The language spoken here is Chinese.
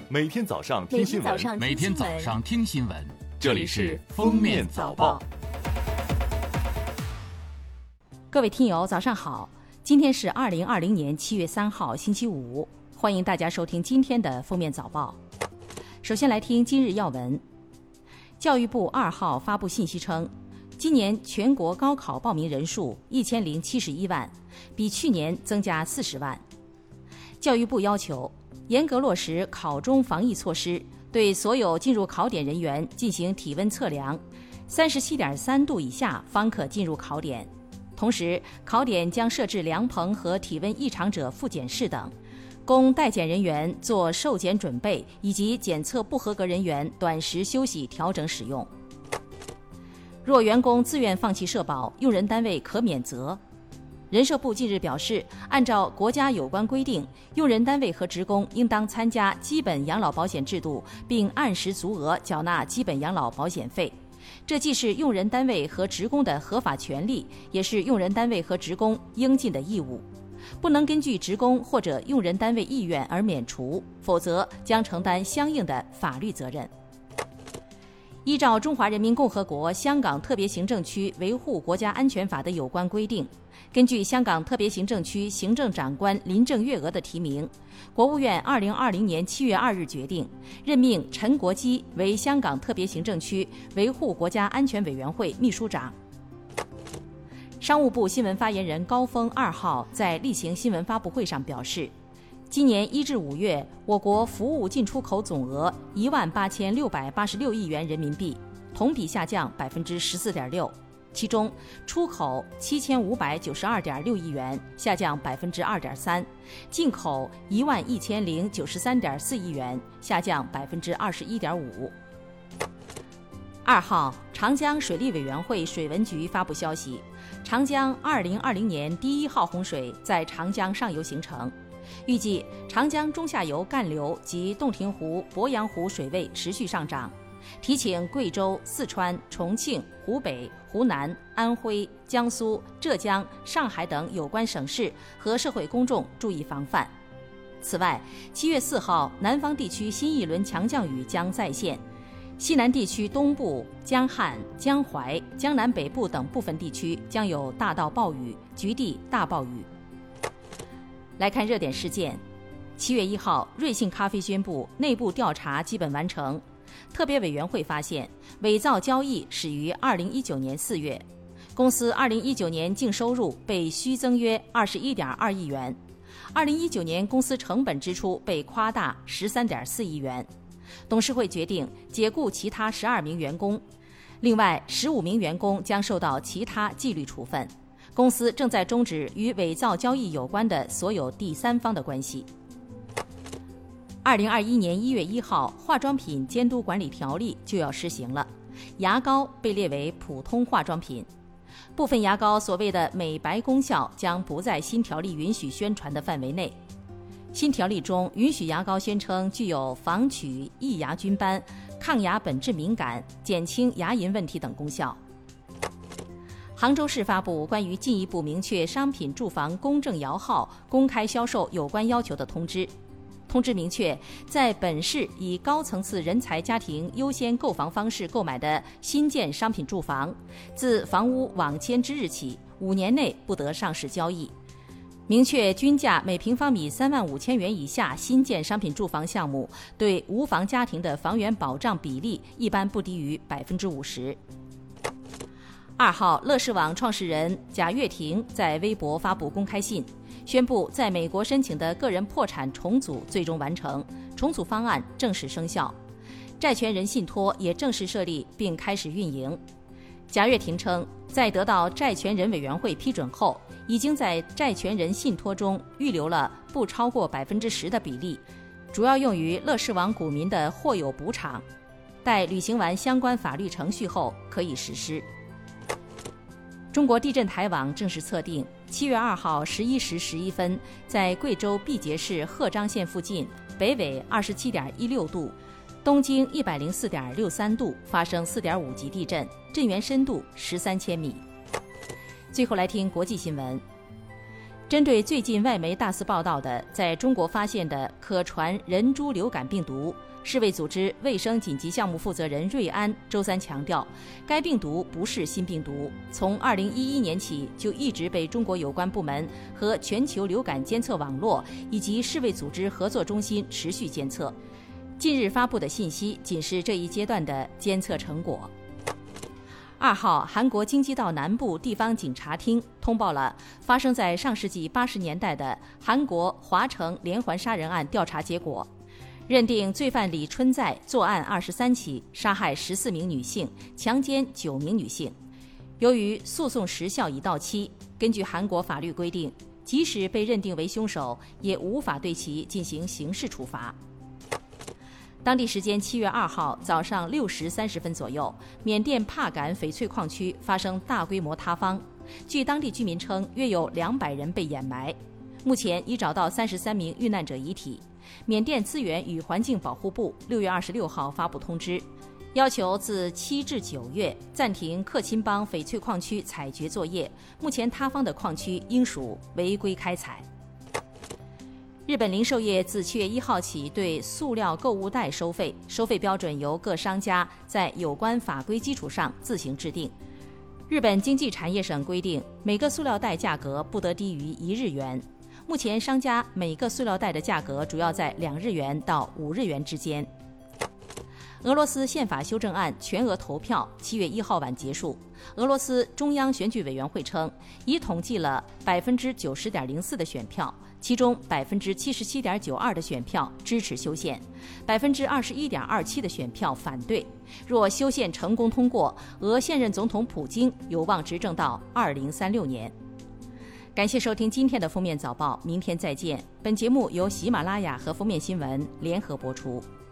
每天早上听新闻， 每天早上听新闻， 这里是封面早报。 各位听友早上好，今天是2020年7月3号星期五，欢迎大家收听今天的封面早报。首先来听今日要闻。教育部2号发布信息称，今年全国高考报名人数1071万，比去年增加40万。教育部要求严格落实考中防疫措施，对所有进入考点人员进行体温测量，37.3度以下方可进入考点。同时，考点将设置凉棚和体温异常者复检室等，供待检人员做受检准备，以及检测不合格人员短时休息调整使用。若员工自愿放弃社保，用人单位可免责。人社部近日表示，按照国家有关规定，用人单位和职工应当参加基本养老保险制度，并按时足额缴纳基本养老保险费。这既是用人单位和职工的合法权利，也是用人单位和职工应尽的义务，不能根据职工或者用人单位意愿而免除，否则将承担相应的法律责任。依照《中华人民共和国香港特别行政区维护国家安全法》的有关规定，根据香港特别行政区行政长官林郑月娥的提名，国务院2020年7月2日决定任命陈国基为香港特别行政区维护国家安全委员会秘书长。商务部新闻发言人高峰2号在例行新闻发布会上表示，今年1至5月，我国服务进出口总额18686亿元人民币，同比下降14.6%，其中出口7592.6亿元，下降2.3%，进口11093.4亿元，下降21.5%。2号，长江水利委员会水文局发布消息，长江2020年第1号洪水在长江上游形成，预计长江中下游干流及洞庭湖、鄱阳湖水位持续上涨，提请贵州、四川、重庆、湖北、湖南、安徽、江苏、浙江、上海等有关省市和社会公众注意防范。此外，7月4号，南方地区新一轮强降雨将再现，西南地区东部、江汉、江淮、江南北部等部分地区将有大到暴雨，局地大暴雨。来看热点事件。7月1号，瑞幸咖啡宣布内部调查基本完成，特别委员会发现伪造交易始于2019年4月，公司2019年净收入被虚增约21.2亿元，2019年公司成本支出被夸大13.4亿元。董事会决定解雇其他12名员工，另外15名员工将受到其他纪律处分。公司正在终止与伪造交易有关的所有第三方的关系。2021年1月1号，化妆品监督管理条例就要施行了，牙膏被列为普通化妆品。部分牙膏所谓的美白功效将不在新条例允许宣传的范围内。新条例中允许牙膏宣称具有防龋、抑牙菌斑、抗牙本质敏感、减轻牙龈问题等功效。杭州市发布关于进一步明确商品住房公证摇号公开销售有关要求的通知。通知明确，在本市以高层次人才家庭优先购房方式购买的新建商品住房，自房屋网签之日起5年内不得上市交易。明确均价每平方米35000元以下新建商品住房项目，对无房家庭的房源保障比例一般不低于50%。2号，乐视网创始人贾跃亭在微博发布公开信，宣布在美国申请的个人破产重组最终完成，重组方案正式生效，债权人信托也正式设立并开始运营。贾跃亭称，在得到债权人委员会批准后，已经在债权人信托中预留了不超过10%的比例，主要用于乐视网股民的或有补偿，待履行完相关法律程序后可以实施。中国地震台网正式测定，7月2号11时11分，在贵州毕节市鹤章县附近，北纬27.16度，东经104.63度发生4.5级地震，震源深度13千米。最后来听国际新闻。 针对最近外媒大肆报道的在中国发现的可传人猪流感病毒，世卫组织卫生紧急项目负责人瑞安周三强调，该病毒不是新病毒，从2011年起就一直被中国有关部门和全球流感监测网络以及世卫组织合作中心持续监测。近日发布的信息仅是这一阶段的监测成果。2号，韩国京畿道南部地方警察厅通报了发生在上世纪80年代的韩国华城连环杀人案调查结果，认定罪犯李春在作案23起，杀害14名女性，强奸9名女性。由于诉讼时效已到期，根据韩国法律规定，即使被认定为凶手，也无法对其进行刑事处罚。当地时间7月2号早上6时30分左右，缅甸帕敢翡翠矿区发生大规模塌方，据当地居民称，约有200人被掩埋。目前已找到33名遇难者遗体。缅甸资源与环境保护部6月26号发布通知，要求自7至9月暂停克钦邦翡翠矿区采掘作业，目前塌方的矿区应属违规开采。日本零售业自7月1号起对塑料购物袋收费，收费标准由各商家在有关法规基础上自行制定。日本经济产业省规定，每个塑料袋价格不得低于1日元。目前商家每个塑料袋的价格主要在2日元到5日元之间。俄罗斯宪法修正案全额投票7月1号晚结束。俄罗斯中央选举委员会称，已统计了 90.04% 的选票，其中 77.92% 的选票支持修宪， 21.27% 的选票反对。若修宪成功通过，俄现任总统普京有望执政到2036年。感谢收听今天的封面早报，明天再见。本节目由喜马拉雅和封面新闻联合播出。